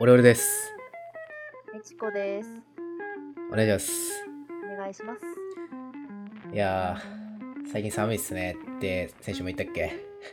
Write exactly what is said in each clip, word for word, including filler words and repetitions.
オレオレです。 えちこです。 お願いします。 お願いします。 いやー、最近寒いっすねって先週も言ったっけ？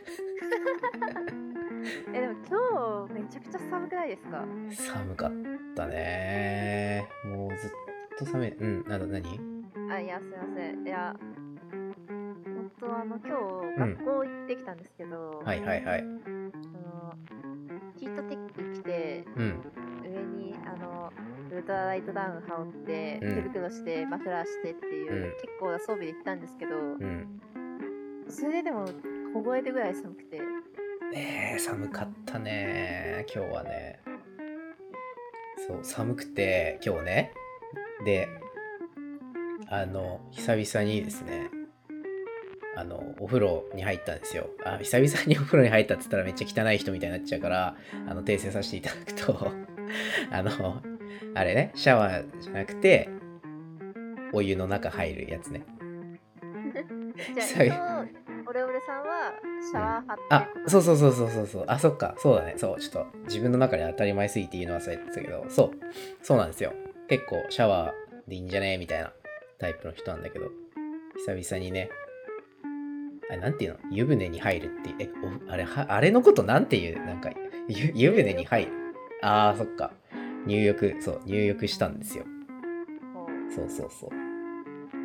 え、でも今日めちゃくちゃ寒くないですか？ 寒かったねー。もうずっと寒い。うん、なんだ、何？ あ、いや、すいません。いや、本当あの、今日うん。 学校行ってきたんですけど、 はいはいはい。 あの、ヒートテック着て、 うん。 上にあの、ウルトラライトダウン羽織って、手うん。 袋して、マフラーしてっていう、 うん。 結構な装備で行ったんですけど、 うん。 それででも凍えてぐらい寒くて、 ねえ、寒かったねー。今日はね。そう、寒くて、今日ね。で、 うん。 あの、久々にですね、あの、お風呂に入ったんですよ。あ、久々にお風呂に入ったって言ったらめっちゃ汚い人みたいになっちゃうから、あの、訂正させていただくと、あの、あれね、シャワーじゃなくて、お湯の中入るやつね。 じゃあ、い久々、 つもオレオレさんはシャうん。 ワー派っていうあ、 ことなんですね。 そうそうそうそうそうそう。あ、そっか。そうだね。そう。ちょっと自分の中で当たり前すぎて言うの忘れてたけど、そう。そうなんですよ。結構シャワーでいいんじゃねみたいなタイプの人なんだけど、久々にね、あれ、なんていうの、湯船に入るって、え、おあれ、は、あれのことなんていう、なんか、湯湯入浴。 船に入る。あー、そっか。入浴、そう、入浴したんですよ。 ほう。 そうそうそう。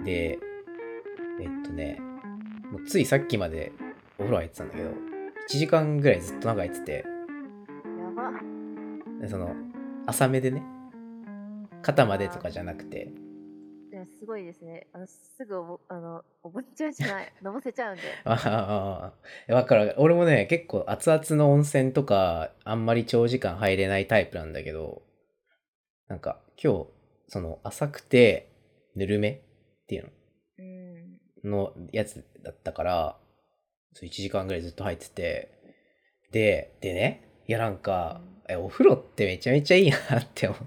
で、えっとね、もうついさっきまでお風呂入ってたんだけど、いちじかんぐらいずっと中入ってて、 やば。 でその、浅めでね、肩までとあかじゃなくて、 ー、いや、すごいですね。あの、すぐおぼ、あの、おぼっちゃうじゃない。のぼせちゃうんで。 ああ、わかる。俺もね、結構熱々の温泉とか、あんまり長時間入れないタイプなんだけど、なんか今日、その浅くてぬるめっていううん。 ののやつだったから、そういちじかんぐらいずっと入ってて、で、でね、いやなんか、 うん。 え、お風呂ってめちゃめちゃいいなって思って、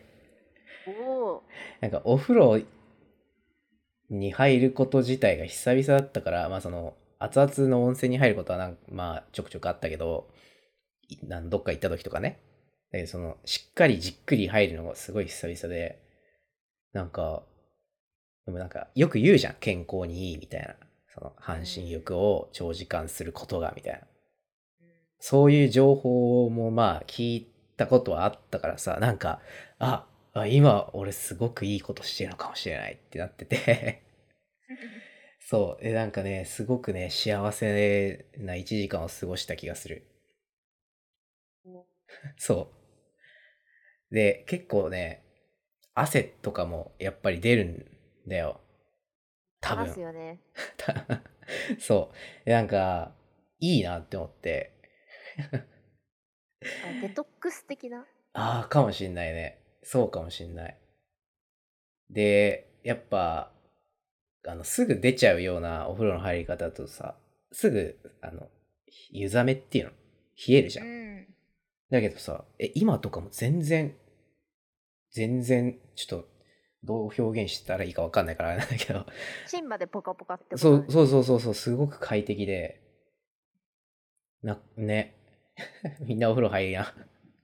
おお。 なんかお風呂に入ること自体が久々だったから、まあその、熱々の温泉に入ることはなんまあちょくちょくあったけど、いなんどっか行った時とかね。だけどその、しっかりじっくり入るのがすごい久々で、なんか、でもなんか、よく言うじゃん。健康にいいみたいな。その、 うん。 半身浴を長時間することが、みたいな。 うん。 そういう情報もまあ、聞いたことはあったからさ、なんか、あ、あ今、俺すごくいいことしてるのかもしれないってなっててそう。え、なんかね、すごくね、幸せないちじかんを過ごした気がする。 おそう。で、結構ね、汗とかもやっぱり出るんだよ。多出ま分。 すよね。 そう。でなんか、いいなって思って。 あ、デトックス的な。 ああ、かもしんないね。そうかもしんない。で、やっぱ、あの、すぐ出ちゃうようなお風呂の入り方だとさ、すぐ、あの、湯冷めっていうの冷えるじゃん。 うん。 だけどさ、え、今とかも全然、全然、ちょっと、どう表現したらいいかわかんないからあれなんだけど、 芯までポカポカってこそう、 となんですね。 そうそうそうそう、すごく快適で、な、ね。みんなお風呂入りな。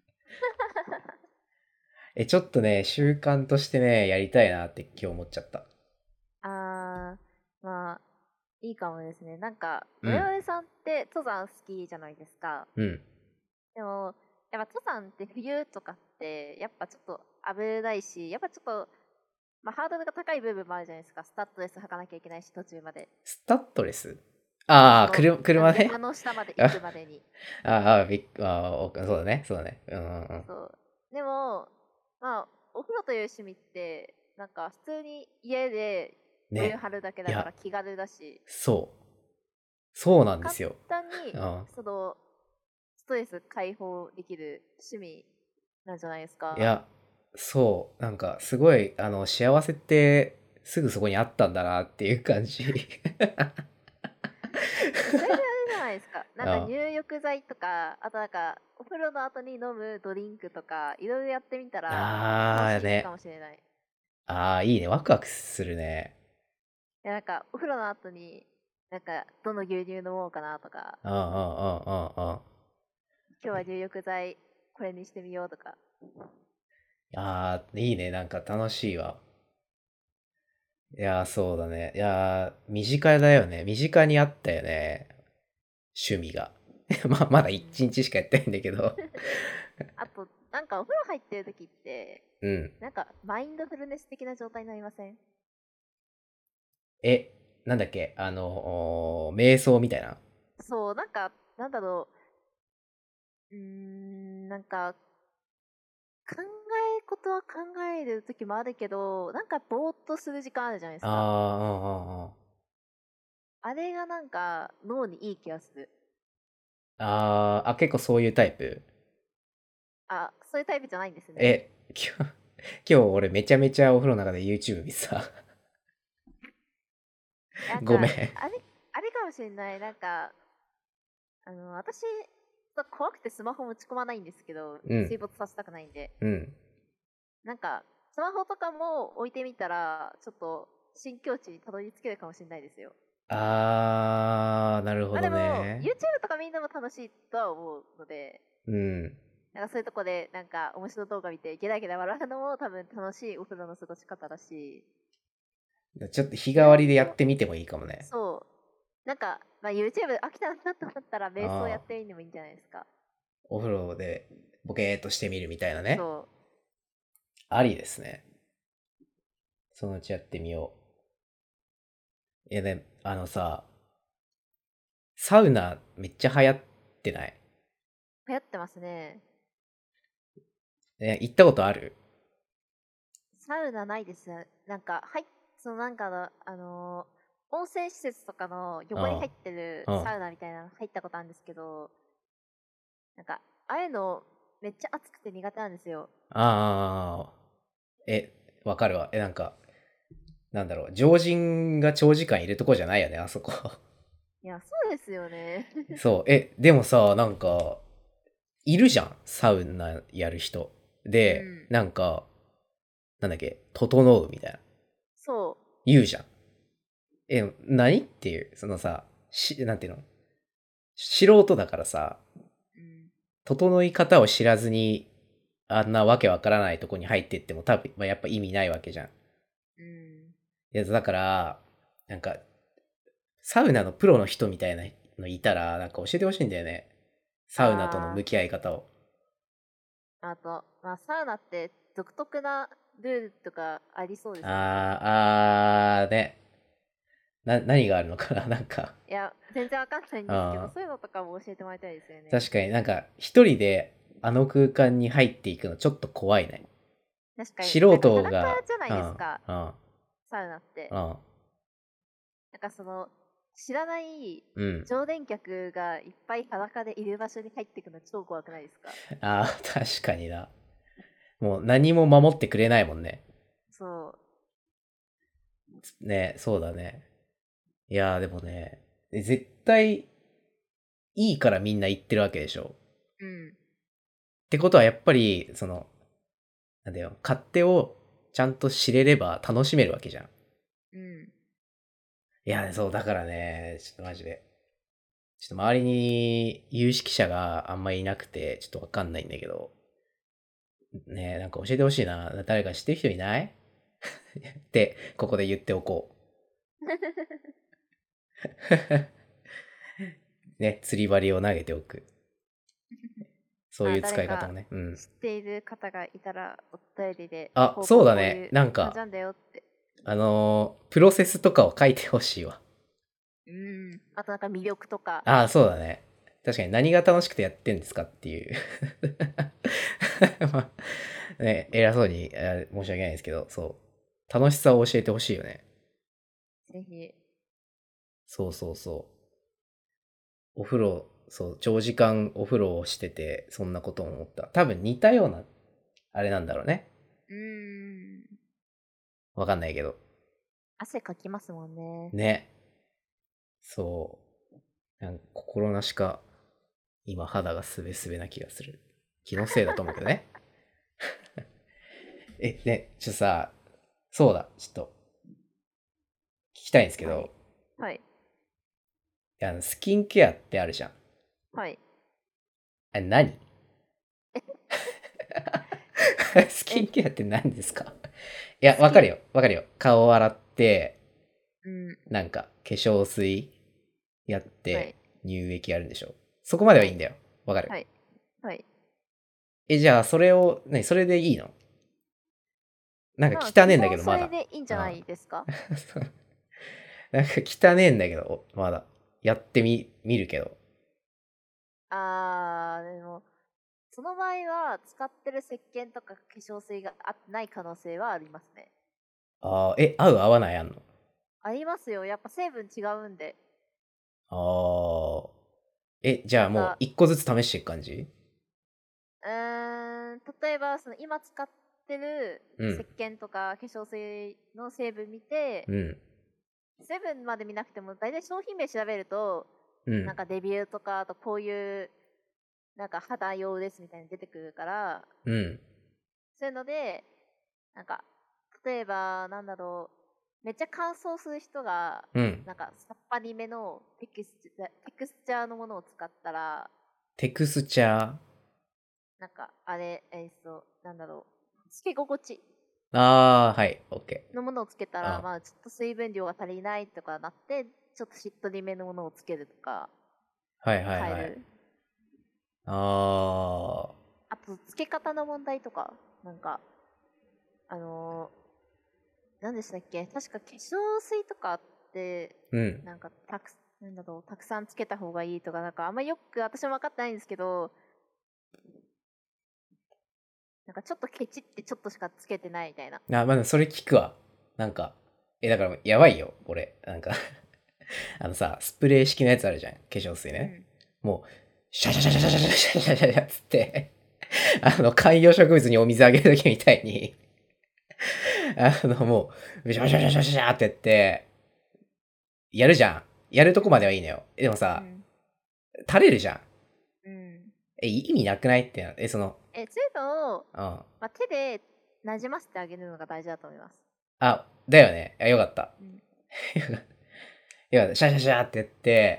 え、ちょっとね、習慣としてね、やりたいなって今日思っちゃった。 あー、まあ、いいかもですね。なんか、 うん、 オレオレさんって登山好きじゃないですか。 うん。 でも、やっぱ登山って冬とかって、やっぱちょっと危ないし、やっぱちょっと、まあ、ハードルが高い部分もあるじゃないですか。スタッドレス履かなきゃいけないし、途中まで。 スタッドレス？ あ、 ああ、 その、 車、 あの車ね。 山の下まで行あくまでに。 あ、あびっあおそうだね、そうだね。うんうんうん。 そう。でも、まあ、お風呂という趣味って、なんか普通に家でお湯ね。 張るだけいや、 だから気軽だし、 そう。そうなんで簡すよ。 単に、 うん。 その、ストレス解放できる趣味なんじゃないですか。 いや、そう。なんか、すごい、あの、幸せってすぐそこにあったんだなっていう感じ。 え、それであれじゃないですか。なんかあ入浴剤とか、あとなんか、お風呂の後に飲むドリンクとか、いろいろやってみたら楽しいかあーね。 もしれない。いああ、いいね。ワクワクするね。 や、なんか、お風呂の後に、なんか、どの牛乳飲もうかなとか、 ああ、ああ、ああ、ああ。 今日は入浴剤これにしてみようとか。 あー、いいね。なんか楽しいわ。いやー、そうだね。いやー、身近だよね。身近にあったよね。趣味が。まあ、まだうん。 一日しかやってないんだけど。 あと、なんかお風呂入ってる時って、 うん。 なんかマインドフルネス的な状態になりません？ え、なんだっけあの、おー瞑想みたいな。 そう、なんか、なんだろう。うーん、なんか、考え事は考える時もあるけど、なんかぼーっとする時間あるじゃないですあか。 ー、うんうんうん。 あれがなんか脳にいい気がする。 あー、あ、結構そういうタイプ。 あ、そういうタイプじゃないんですね。 え、今日、今日俺めちゃめちゃお風呂の中で YouTube 見てた。 なんごめん。 か、あれ、あれかもしれない。なんか、あの、私、怖くてスマホ持ち込まないんですけど、 うん、 水没させたくないんで。 うん。 なんか、スマホとかも置いてみたら、ちょっと、新境地にたどり着けるかもしれないですよ。 あー、なるほどまあでも、 ね。 YouTube とか見るのも楽しいとは思うので、 うん。 なんかそういうとこで、なんか面白い動画見て、ゲラゲラ笑うのも多分楽しいお風呂の過ごし方だし、 ちょっと日意替わりでやっ外と、 てみてもいいかもね。 そう、なんか、まあ YouTube 飽きたなと思ったら瞑想やああ、 ってみるのもいいんじゃないですか。 お風呂でボケーっとしてみるみたいなね。 そありですね。そのうちやってみよう。いやね、あのさ、サウナめっちゃ流行ってない？ う。流行ってますね。 ね、行ったことある？ サウナないです。なんか、はい、そのなんかの、あのー温泉施設とかのうん。 横に入ってるうん。あサウナみたいなの入ったことあるんですけど、なんか、ああいうのめっちゃ暑くて苦手なんですよ。 あ、え、わかるわ。え、なんか、なんだろう、常人が長時間いるとこじゃないよね、あそこ。 いや、そうですよね。 そう。え、でもさ、なんか、いるじゃん、サウナやる人。で、 うん。 なんか、なんだっけ、整うみたいな。 そ言うじゃん。え、何っていう、そのさ、し、なんていうの、素人だからさ、 う。うん。 整い方を知らずに、あんなわけわからないとこに入ってっても多分、まあ、やっぱ意味ないわけじゃん。いうん。 や、だから、なんか、サウナのプロの人みたいなのいたら、なんか教えてほしいんだよね。サウナとの向あき合い方を。 あ、あと、まあ、サウナって独特なルールとかありそうですもんね。 あー、あーね。な、何があるのかななんか、 いや、全然わかんないんですけど、 あそういうのとかも教えてもらいたいですよー、 ね。 確かになんか、一人であの空間に入っていくのちょっと怖いね。素確かに。なんか裸人が、 じゃないうん、 ですか、 うん、 サウナって。 うん、 なんかその、知らないうん。 常連客がいっぱい裸でいる場所に入っていくの超怖くないですか？ あー、確かにな。もう何も守ってくれないもんね。 そね、そうだね。いやーでもね、絶対いいからみんな言ってるわけでしょ。 う。うん。 ってことはやっぱり、その、なんだよ、勝手をちゃんと知れれば楽しめるわけじゃん。 うん。 いや、そう、だからね、ちょっとマジで。ちょっと周りに有識者があんまりいなくて、ちょっとわかんないんだけど、ね、なんか教えてほしいな。誰か知ってる人いないって、ここで言っておこう。ね、釣り針を投げておく。そうまあ、 いう使誰かい方もね。うん。 知っている方がいたら、お便りで、 あ、 こうこそうだね。 うこういうなんか、 感じなんだよって。 あのープロセスとかを書いてほしいわ。 うん。あとなんか魅力とか。 ああ、そうだね。確かに何が楽しくてやってんですかっていうまあね、偉そうに、あ申し訳ないですけど、そう。楽しさを教えてほしいよね。 ぜひ。 そうそうそう。お風呂、そう、長時間お風呂をしてて、そんなことを思った。多分似たような、あれなんだろうね。 うーん。 わかんないけど。 汗かきますもんね。 ね。そう。なんか心なしか、今肌がすべすべな気がする。気のせいだと思うけどね。え、ね、ちょっとさ、そうだ、ちょっと聞きたいんですけはい。 ど、 はい。 あの、スキンケアってあるじゃん。 はい。 あれ何？ スキンケアって何ですか？いや、 スキン、 わかるよ。わかるよ。顔を洗って、 うん、 なんか、化粧水やっはい、 て、乳液やるんでしょ。そこまでははい、 いいんだよ。わかる。 はい、はい。 え、じゃあ、それを、何、それでいいの？なんかまあ、 汚ねえんだけど、 基本そまだ。 れでいいんじゃなあいですか？ あ。そう。なんか汚ねえんだけど、まだ。やってみ、見るけど。 あー、でも、その場合は、使ってる石鹸とか化粧水があない可能性はありますね。 ああ、え、合う合わないあんの？ ありますよ。やっぱ成分違うんで。 ああ。え、じゃあもうなんか、 一個ずつ試していく感じ？ うーん、例えば、その今使ってる石うん。 鹸とか化粧水の成分見て、 うん。 成分まで見なくても、大体商品名調べると、 うん。 なんかデビューとか、あとこういう、なんか肌用ですみたいに出てくるから、 うん。 そういうので、なんか、例えば、なんだろう、めっちゃ乾燥する人が、 うん。 なんかさっぱりめのテクスチャテクスチャーのものを使ったら、 テクスチャー。 なんか、あれ、えーっと、なんだろう、つけ心地ああ、はい。オッケのものをつけたー。 ら、 あまあ、ちょっと水分量が足りないとかなって、ちょっとしっとりめのものをつけるとか、 はいはいはい。 変える。 ああ。 あと、つけ方の問題とか、なんか、あのー、何でしたっけ、確か化粧水とかって、 うん。 なんか、たく、なんだろう、たくさんつけた方がいいとか、なんか、あんまよく私も分かってないんですけど、なんかちょっとケチってちょっとしかつけてないみたいな。 あ、まだそれ聞くわ。なんか、え、だからやばいよ、俺。なんかあのさ、スプレー式のやつあるじゃん。化粧水ね。 うん。 もう、シャシャシャシャシャシャシャシャシャシャシャつって、あの、観葉植物にお水あげるときみたいに、あの、もう、シャシャシャシャシャってやって、やるじゃん。やるとこまではいいのよ。でもさ、 うん。 垂れるじゃん。 うん。 え、意味なくないってな。え、その、 え、そういうのを、 うん。 まあ、手でなじませてあげるのが大事だと思います。 あ、だよね。あ、よかった。 うん。 よかった。シャシャシャってやって、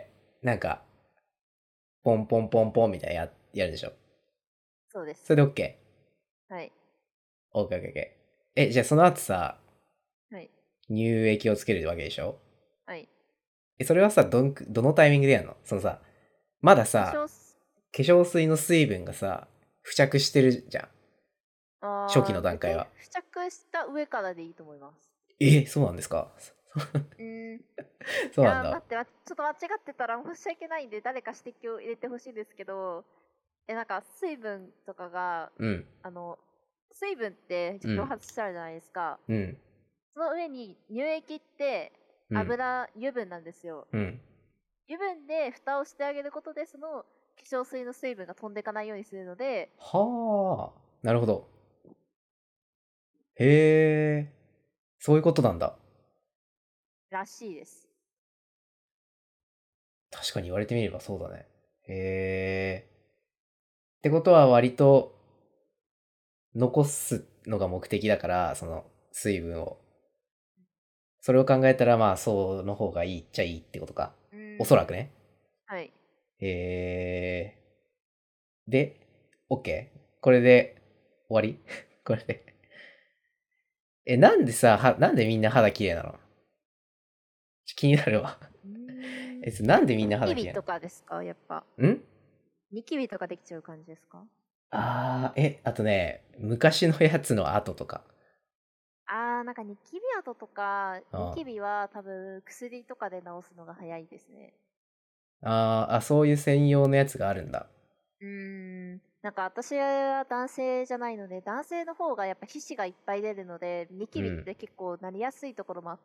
なんか、ポンポンポンポンみたいなや、やるでしょ。 そうです。 それで OK。 はい。 OK、OK、OK。え、じゃあその後さ、 はい。 乳液をつけるわけでしょ？ はい。 え、それはさ、どんく、どのタイミングでやるの？そのさ、まださ、 化粧す、 化粧水の水分がさ、付着してるじゃん。初期あー、別にの段階は。 付着した上からでいいと思います。 え、そうなんですか？ うーん。いやー、 そうなんだ。 待って、わちょっと間違ってたら申し訳ないんで、誰か指摘を入れてほしいんですけど、え、なんか水分とかが、 うん。 あの、水分ってうん。 蒸発してあるじゃないですか。 うん。 その上に乳液ってうん。 油、油分なんですよ。 うん。 油分で蓋をしてあげることで、その化粧水の水分が飛んでいかないようにするので、 はあ。なるほど。へえ。そういうことなんだ。 らしいです。 確かに言われてみればそうだね。へえ。ってことは割と残すのが目的だから、その水分を。それを考えたらまあその方がいいっちゃいいってことか。 うーん。 おそらくね。 はい。 へえ。で、OK？ これで終わり？これで。え、なんでさ、は、なんでみんな肌綺麗なの？気になるわ。 うーん。 え、なんでみんなニキ肌綺麗なビとかですか、やっぱ。 の？んニキビとかできちゃう感じですか？ あー、え、あとね、昔のやつの後とか。 あー、なんかニキビ跡とか、ニあキビは多分薬とかで治すのが早いですね。 あー、あ、そういう専用のやつがあるんだ。 うーん。なんか私は男性じゃないので、男性の方がやっぱ皮脂がいっぱい出るので、ニキビっうん。 て結構なりやすいところもあって、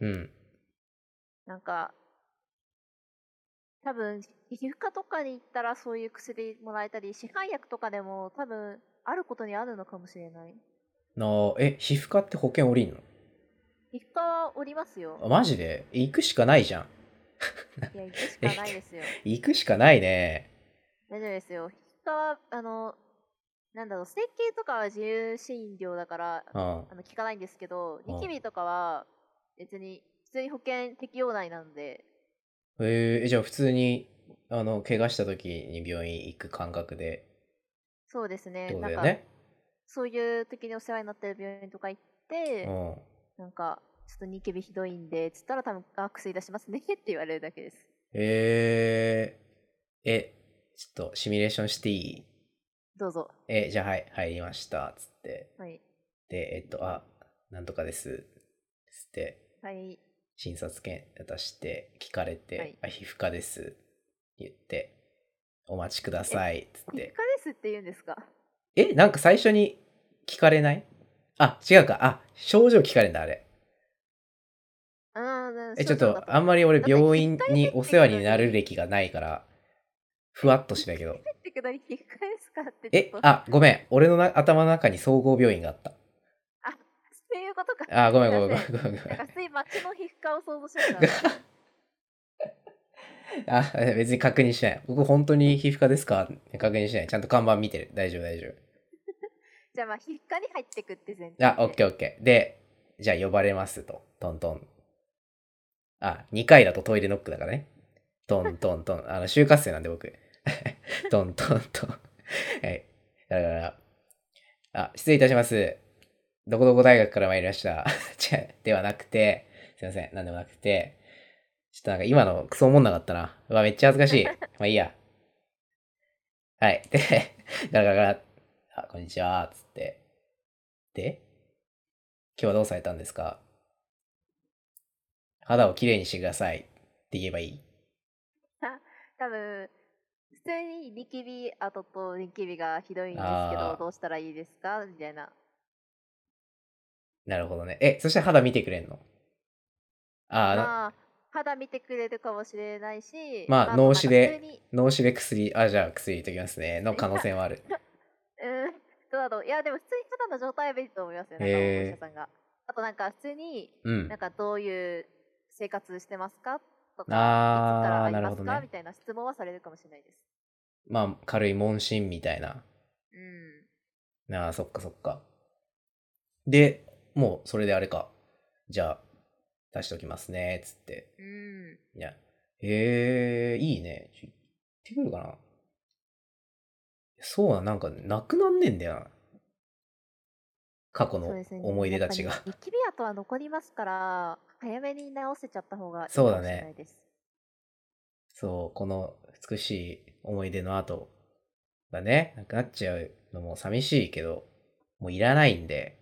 うん。 なんか多分皮膚科とかに行ったらそういう薬もらえたり、市販薬とかでも多分あることにあるのかもしれない。 の、え、皮膚科って保険降りんの？ 皮膚科はおりますよ。 あ、マジで？行くしかないじゃん。 いや、行くしえ、 かないですよ。 行くしかないね。 大丈夫ですよ。皮膚科は、あの、なんだろう、整形とかは自由診療だから、 うん。 あの、効かないんですけど、 うん。 ニキビとかは、別に、普通に保険適用内なので、 えー、じゃあ普通に、あの、怪我した時に病院行く感覚でそうですってね。なんか、 ことだよね。 そういう時にお世話になってる病院とか行っうて、 ん。 なんか、ちょっとニキビひどいんで、つったら多分、あ、薬出しますねって言われるだけです。 えー、え、ちょっとシミュレーションしていい？ どうぞ。 え、じゃあはい、入りました。つって。 はい。 で、えっと、あ、なんとかです。つって、 はい。 診察券渡して、聞かれて、 はいあ、皮膚科です。言って、お待ちくだえ、 さい。つっ皮膚科でて。 すって言うんですか？ え、なんか最初に聞かれない？あ、違うか。あ、症状聞かれんだ、あれ。 ああ、 え、ちょ症っと、 状だと思います。 あんまり俺だって、 病皮膚科に院にお入ってく世話になるのに、 歴がないから、ふえ、 わっと皮膚科にしてたけど。 入ってくのに皮膚科ですかってちょっえ、 と、 あ、ごめん。俺のな頭の中に総合病院があった。 あ、そういうことか。 あ、ごめんごめんごめすいません。 んごめんごめん。 なんか、普通に街の皮膚科を想像しました。 あ、別に確認しない。僕本当に皮膚科ですか？確認しない。ちゃんと看板見てる。大丈夫大丈じゃあ、まあ、皮膚科に入ってくって前夫。あ、オッ提で。 ケーオッケー。で、じゃあ呼ばれますと。トントン。あ、にかいだとトイレノックだからね。トントントン。あの、就活生なんで僕。トントントン。はい。だから、あ、失礼いたします。どこどこ大学から参りました。違う、ではなくて、すいません、なんでもなくて、ちょっとなんか今のクソおもんなかったな。うわ、めっちゃ恥ずかしい。まあいいや。はい。で、ガラガラガラ、あ、こんにちは、つって。で、今日はどうされたんですか？肌をきれいにしてくださいって言えばいい？ あ多分、普通にニキビ跡とニキビがひどいんですけど、 あどうしたらいいですかみたいな。 ー、なるほどね。え、そして肌見てくれんの？あーな、 まあ、肌見てくれるかもしれないし、 まあ、 まあ、あと脳なん死で、 か普通に、 脳死で薬、あ、じゃあ薬入れときますね。の可能性もある。 うん、どうだろう。いや、でも普通に肌の状態はいいと思いますよ。なんかお医者へさんが。あとなんか普通に、 え、うん。 なんかどういう生活してますかとか、いつからあー、なありまするほどね。 かみたいな質問はされるかもしれないです。 まあ、軽い問診みたいな。 うん。 ああ、そっかそっか。で、もうそれであれか。じゃあ、出しておきますね、つって。 うん。 いや、へえ、いいね。ちょ行ってくるかな。そうな、なんか、なくなんねんだよな。過去のそうですね。 思い出やっぱたちが。 りニキビ跡は残りますから、早めに治せちゃった方がいいかもしれなそうだね。 いです。 そう、この美しい思い出の後がね、なくなっちゃうのも寂しいけど、もういらないんで、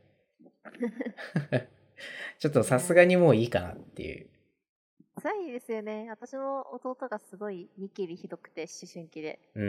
ちょっとさすがにいやもういいかなっていう。 ー、辛いですよね。私の弟がすごいニキビひどくて、思春期で。 うん。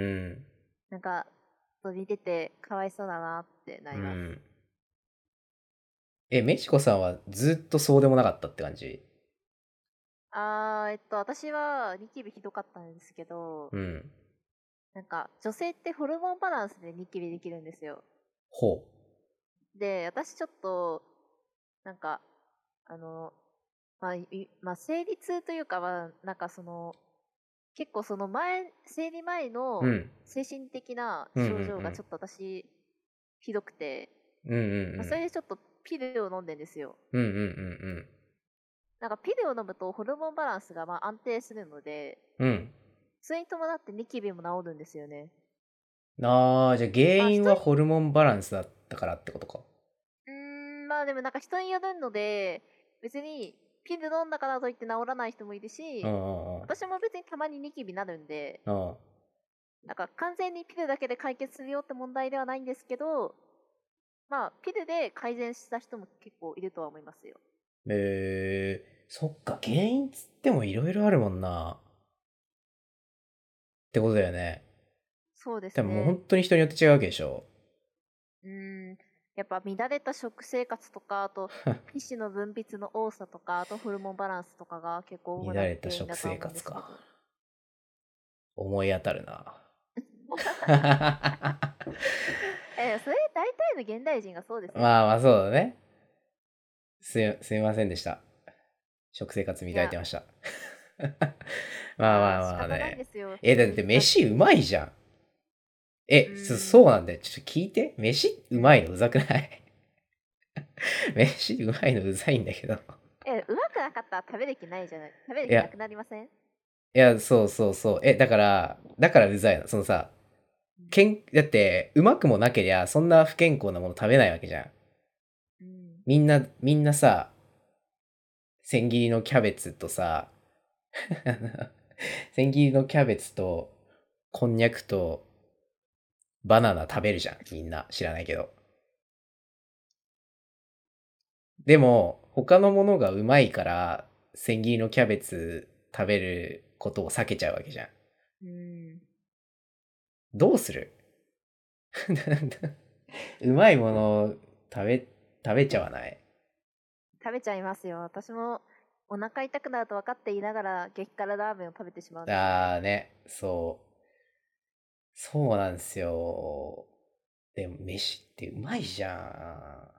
なんか、飛び出てかわいそうだなってなります。 うん。え、メチコさんはずっとそうでもなかったって感じ？ あー、えっと、私はニキビひどかったんですけど、 うん。 なんか、女性ってホルモンバランスでニキビできるんですよ。 ほで、私ちょっと、なんか、あの、まあ、いまあ、生理痛というかは、なんかその、結構その前、生理前う。うのん。 精神的なうんうんう症状がちん。 ょっと私、ひどくて、 うんうんうまあ、それん。 でちょっとピルを飲んでんですよ。 うんうんうんなんかピルを飲むとホルモンバランスがまあ安定するので、 うん。うん。 それに伴ってニキビも治るんですよね。 ああ、じゃあ原まあ人に、 因はホルモンバランスだったからってことか。 うーん、まあでもなんか人によるので、別にピル飲んだからといって治らない人もいるうんし、 うんうん。 私も別にたまにニキビなるんで、 うん。 なんか完全にピルだけで解決するよって問題ではないんですけど、まあピルで改善した人も結構いるとは思いますよ。 えー、そっか、原因つってもいろいろあるもんな。ってことだよね。 そうです多分もう本ね。 当に人によって違うわけでしょ。 うーん、やっぱ乱れた食生活とか、あと皮脂の分泌の多さとか、あとホルモンバランスとかが結構主乱なれた食原因だとは生活か。 思うんですけど。 思い当たるな。 え、それ大体の現代人がそうですよ。 まあまあそうだね。すい、すみませんでした。食生活乱いや、 れてました。まあまあまあ仕方ないまあね。 ですよ。 え、だってみんな、 飯うまいじゃん。 うえ、そ、 ーん、 そうなんだよ。ちょっと聞いて。飯ううん。 まいのうざくない？飯うまいのうざいんだけど。 え、うまくなかったら食べる気ないじゃない。食べるいや、 気なくなりません？ いや、そうそうそう。え、だから、だからうざいの。そのさ、 けんだってうまくもなけりゃそんな不健康なもの食べないわけじゃん。 うん。 みんなみんなさ、千切りのキャベツとさ千切りのキャベツとこんにゃくとバナナ食べるじゃん、みんな。知らないけど。でも他のものがうまいから千切りのキャベツ食べることを避けちゃうわけじゃん。 うん。 どうするうまいもの食べ食べちゃわない？ 食べちゃいますよ。私もお腹痛くなると分かっていながら激辛ラーメンを食べてしまうんですよね。 あーね、そう。そうなんですよ。でも飯ってうまいじゃん。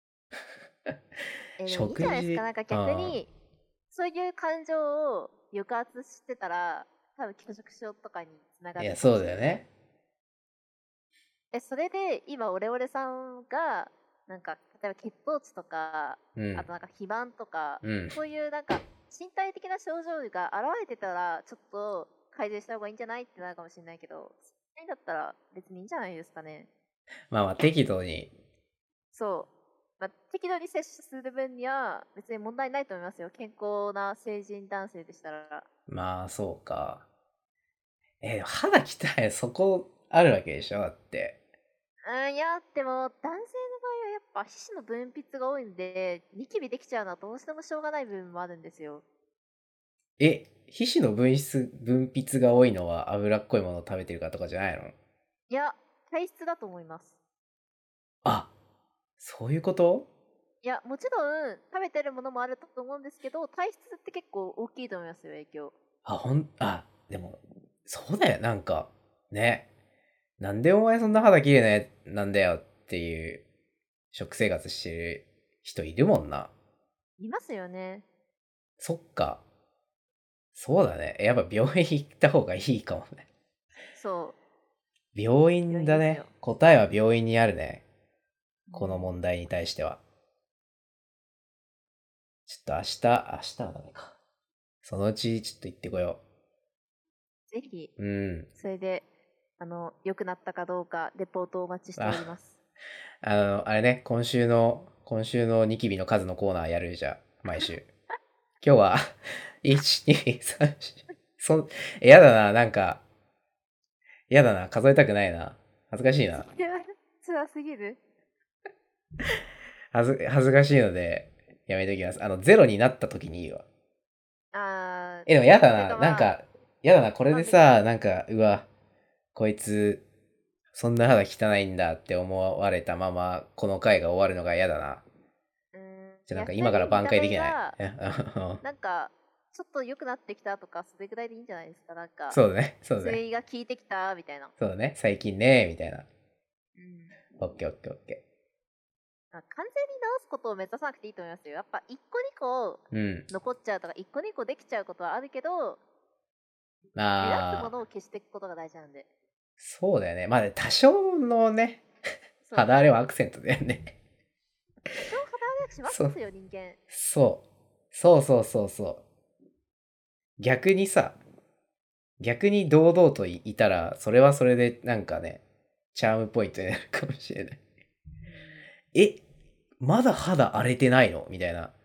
え、でもいいんじゃないですか。 食事、 なんかうん。 逆に、そういう感情を抑圧してたら、多分拒食症とかにつながいや、 るかもそうしれない。 だよね。 え、それで今、オレオレさんが、なんか、例えば血糖値とか、 うん。 あとなんか肥満とか、 うん。 そういうなんか、身体的な症状が現れてたら、ちょっと改善した方がいいんじゃないってなるかもしれないけど、それだったら別にいいんじゃないですかね。 まあまあ適度に。 そう。まあ、適度に摂取する分には別に問題ないと思いますよ。健康な成人男性でしたら。 まあそうか。えー肌汚い、そこあるわけでしょだって。 うん、いや、でも男性の場合はやっぱ皮脂の分泌が多いんで、ニキビできちゃうのはどうしてもしょうがない部分もあるんですよ。 え、皮脂の分泌、分泌が多いのは脂っこいものを食べてるからとかじゃないの？ いや、体質だと思います。 あ、そういうこと？ いや、もちろん食べてるものもあると思うんですけど、体質って結構大きいと思いますよ、影響。 あ、ほん、あ、でも、そうだよ、なんか、ね。なんでお前そんな肌綺麗なやなんだよっていう食生活してる人いるもんな。 いますよね。 そっか。そうだね。やっぱ病院行った方がいいかもね。 そ病う、 院だね。 病院ですよ。 答えは病院にあるね。 うこの問ん。 題に対しては。ちょっと明日、明日はダメか。そのうちちょっと行ってこよぜひ、 う。うん。 それで、あの、良くなったかどうか、レポートをお待ちしておりあ、 ます。 あの、あれね、今週の、今週のニキビの数のコーナーやるじゃん。毎週。今日は、いち、に、さん、よん、そん、やだな、なんか、やだな、数えたくないな。恥ずかしいな。 それは辛すぎる。 恥ず、恥ずかしいので、やめときます。あの、ゼロになった時にいいわ。 あえ、でもやだー、てかな、なんまあ、 か、やだな、これまあ別でさ、なんか、うわ、こいつ、そんな肌汚いんだって思われたまま、この回が終わるのが嫌だな。 うーん、 じゃ、なんか逆今から挽に見た回できない。 目が、なんか、ちょっと良くなってきたとか、それぐらいでいいんじゃないですか。なんか、 そうだね、そうだね。 薬が効いてきた、みたいな。 そうだね、最近ね、みたいな。 うん。 オッケーオッケーオッケまあ完全に治すことを目指さなくていいと思いますよ。やっぱ一個二個ー。うん。 残っちゃうとか、一個二個できちゃうことはあるけど、目立つもまあ、 のを消していくことが大事なんで。 そうだよね。まあ、多少のね、 そう。 肌荒れはアクセントだよね。 多少肌荒れはしまそう、 すよ、人間。 そう。そうそうそうそう。逆にさ、逆に堂々といいたら、それはそれでなんかね、チャームポイントになるかもしれない。 うん。 え、まだ肌荒れてないのみたいな。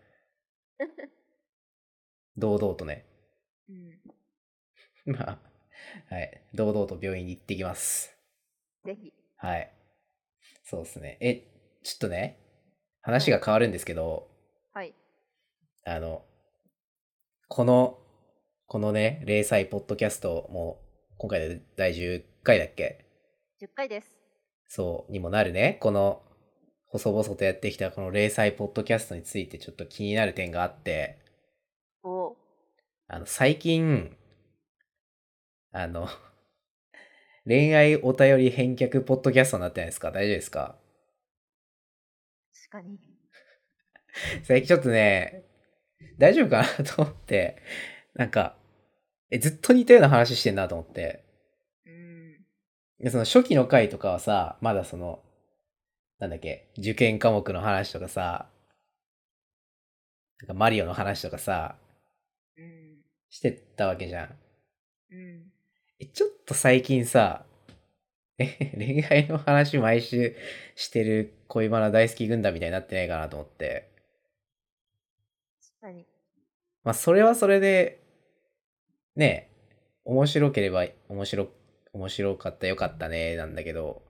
堂々とね。 うん。 まあ、はい。堂々と病院に行ってきます。 ぜひ。 はい。そうですね。え、ちょっとね、話はい。 が変わるんですけど、 はい。 あの、この、このね、零細ポッドキャストも、今回でだいじゅっかいだっけ？ じゅっかいです。 そう、にもなるね。この、細々とやってきたこの零細ポッドキャストについてちょっと気になる点があって、 おあの、最近、あの、恋愛お便り返却ポッドキャストになってないですか？大丈夫ですか？ 確かに。 最近ちょっとね、大丈夫かなと思って、なんか、え、ずっと似たような話してんなと思って。 うん。 で、その初期の回とかはさ、まだその、なんだっけ、受験科目の話とかさ、なんかマリオの話とかさ、 うん。 してたわけじゃん。 うん。 え、ちょっと最近さ、 え、恋愛の話毎週してる恋バナ大好き軍団みたいになってないかなと思って。 確かに。 まあ、それはそれで、ね、面白ければ面白、面白かったよかったね、なんだけど、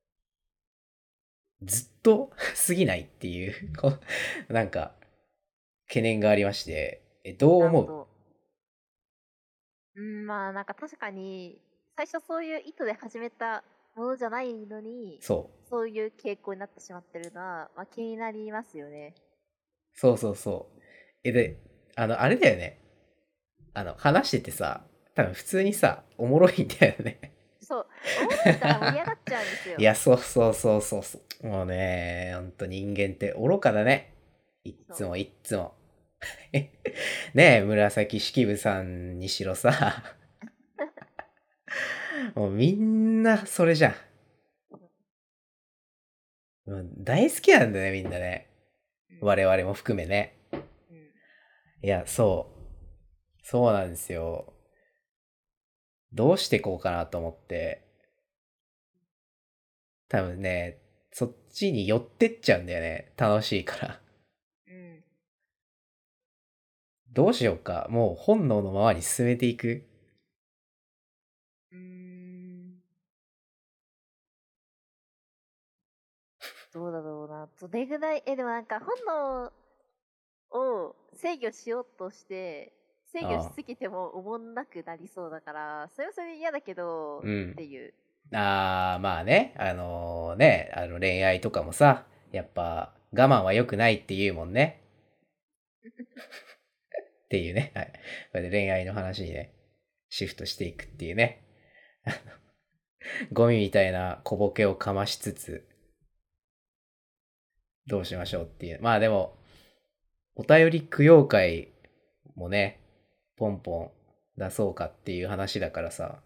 ずっと過ぎないっていう、こうなんか、懸念がありまして、え、どう思う？ なるほど。うん、まあなんか確かに、最初そういう意図で始めたものじゃないのに、 そう。 そういう傾向になってしまってるのは、まあ気になりますよね。 そうそうそう。え、で、あの、あれだよね。あの、話しててさ、多分普通にさ、おもろいんだよね。 そう、おもろいから盛り上がっちゃうんですよ。 いや、そうそうそうそうそう。もうね、ほんと人間って愚かだね。いっつもいっつも。ねえ、紫式部さんにしろさ、もうみんなそれじゃん。もう大好きなんだね、みんなね。 うん我々も含めね。 うんいや、そう。そうなんですよ。どうしてこうかなと思って。多分ね、そっちに寄ってっちゃうんだよね。楽しいから。 うんどうしようか。もう本能のままに進めていく。 うーんどうだろうな。どれぐらい、え、でもなんか本能を制御しようとして、制御しああ。 すぎてもおもんなくなりそうだから、それはそれで嫌だけど、 うん。 っていう。 ああ、まあね。あのーね、あの恋愛とかもさ、やっぱ我慢は良くないって言うもんね。っていうね。はい。これで恋愛の話にね、シフトしていくっていうね。ゴミみたいな小ボケをかましつつ、どうしましょうっていう。まあでも、お便り供養会もね、ポンポン出そうかっていう話だからさ、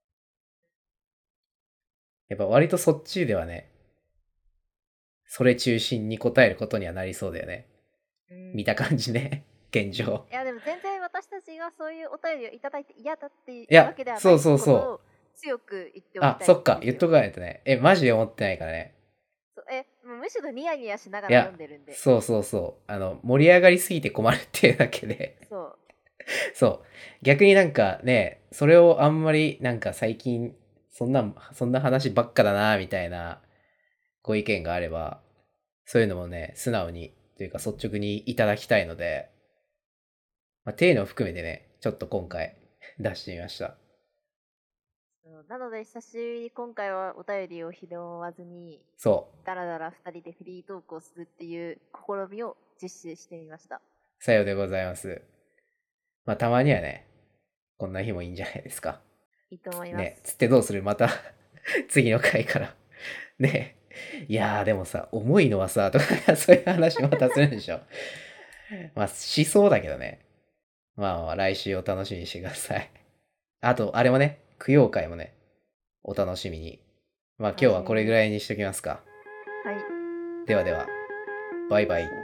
やっぱ割とそっちではね、それ中心に答えることにはなりそうだよね。 うん。 見た感じね。現状。 いや、でも全然私たちがそういうお便りをいただいて嫌だっていうわいや、そうけではないそうそことを強く言ってう。あ、 おきたいそっか。 んですよ。 言っとかないとね。え、マジで思ってないからね。 そうえ、もうむしろニヤニヤしながら読いや、 んでるんで。 そうそうそう。あの、盛り上がりすぎて困るっていうだけで。 そう。 そう。逆になんかね、それをあんまりなんか最近、そんな、そんな話ばっかだな、みたいなご意見があれば、そういうのもね、素直に、というか率直にいただきたいので、まあ、っていうのを含めてね、ちょっと今回出してみました。 そうなので、久しぶりに今回はお便りを拾わずに、 そう。 だらだら二人でフリートークをするっていう試みを実施してみました。 さようでございます。まあ、たまにはね、こんな日もいいんじゃないですか。 いいと思います。 ね、つってどうするまた次の回から。ね。いやーでもさ、重いのはさ、とか、そういう話またするんでしょ。まあ、しそうだけどね。まあまあ、来週お楽しみにしてください。あと、あれもね、供養会もね、お楽しみに。まあ今日はこれぐらいにしときますか。 はい。 ではでは、バイバイ。